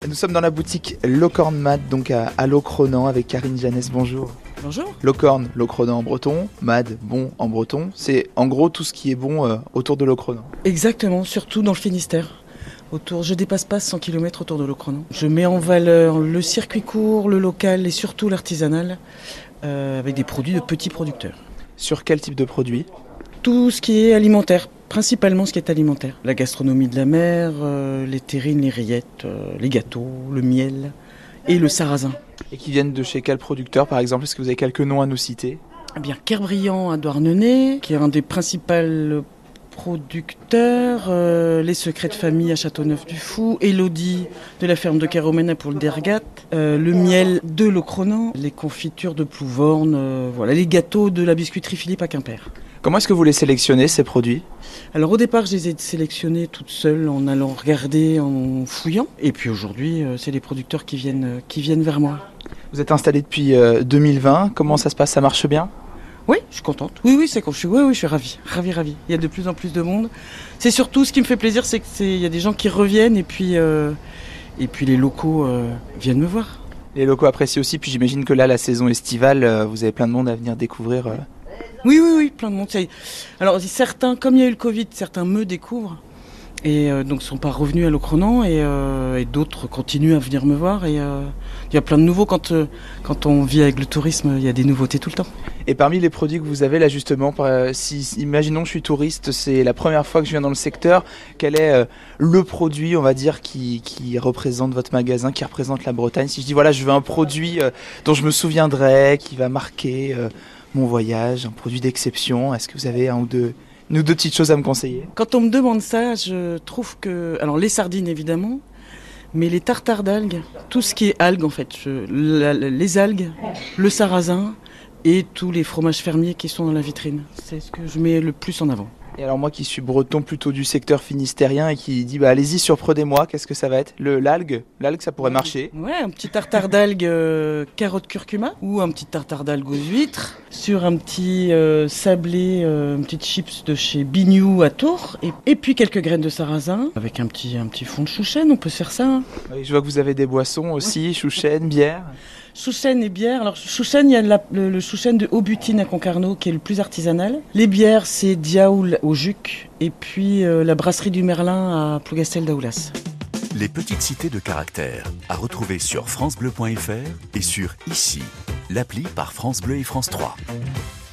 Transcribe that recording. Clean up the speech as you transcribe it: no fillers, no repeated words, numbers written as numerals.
Nous sommes dans la boutique Locorne Mad, donc à Locronan, avec Karine Janès. Bonjour. Bonjour. Locorne, Locronan en breton, Mad, bon en breton. C'est en gros tout ce qui est bon autour de Locronan. Exactement, surtout dans le Finistère. Je dépasse pas 100 km autour de Locronan. Je mets en valeur le circuit court, le local et surtout l'artisanal, avec des produits de petits producteurs. Sur quel type de produits ? Tout ce qui est alimentaire, principalement ce qui est alimentaire. La gastronomie de la mer, les terrines, les rillettes, les gâteaux, le miel et le sarrasin. Et qui viennent de chez quel producteur par exemple ? Est-ce que vous avez quelques noms à nous citer ? Eh bien, Kerbriand à Douarnenez, qui est un des principaux producteurs, les secrets de famille à Châteauneuf-du-Fou, Elodie de la ferme de Caromène pour le Dergat, le miel de Locronan, les confitures de Plouvorne, voilà, les gâteaux de la biscuiterie Philippe à Quimper. Comment est-ce que vous les sélectionnez ces produits ? Alors au départ, je les ai sélectionnés toutes seules en allant regarder, en fouillant. Et puis aujourd'hui, c'est les producteurs qui viennent vers moi. Vous êtes installé depuis 2020, comment ça se passe ? Ça marche bien ? Oui, je suis contente. Oui, je suis ravie. Il y a de plus en plus de monde. C'est surtout ce qui me fait plaisir, c'est qu'il y a des gens qui reviennent et puis les locaux viennent me voir. Les locaux apprécient aussi, puis j'imagine que là, la saison estivale, vous avez plein de monde à venir découvrir. Oui, plein de monde. Alors certains, comme il y a eu le Covid, certains me découvrent et donc ne sont pas revenus à Locronan et d'autres continuent à venir me voir. Et il y a plein de nouveaux. Quand on vit avec le tourisme, il y a des nouveautés tout le temps. Et parmi les produits que vous avez là justement, imaginons que je suis touriste, c'est la première fois que je viens dans le secteur, quel est le produit, on va dire, qui représente votre magasin, qui représente la Bretagne ? Si je dis voilà, je veux un produit dont je me souviendrai, qui va marquer mon voyage, un produit d'exception, est-ce que vous avez une ou deux petites choses à me conseiller ? Quand on me demande ça, je trouve que... Alors les sardines évidemment, mais les tartares d'algues, tout ce qui est algues en fait, les algues, le sarrasin et tous les fromages fermiers qui sont dans la vitrine. C'est ce que je mets le plus en avant. Et alors moi qui suis breton plutôt du secteur finistérien et qui dit allez-y surprenez-moi, qu'est-ce que ça va être ? L'algue ça pourrait marcher. Ouais, un petit tartare d'algues carotte curcuma ou un petit tartare d'algues aux huîtres sur un petit sablé, une petite chips de chez Bignou à Tours et puis quelques graines de sarrasin avec un petit fond de chouchen, on peut se faire ça. Hein. Oui, je vois que vous avez des boissons aussi, chouchen, bière. Chouchen et bière. Alors chouchen, il y a le chouchen de Haut-Butine à Concarneau qui est le plus artisanal. Les bières, c'est Diaoul au Juc et puis la brasserie du Merlin à Plougastel d'Aoulas. Les petites cités de caractère à retrouver sur francebleu.fr et sur Ici, l'appli par France Bleu et France 3.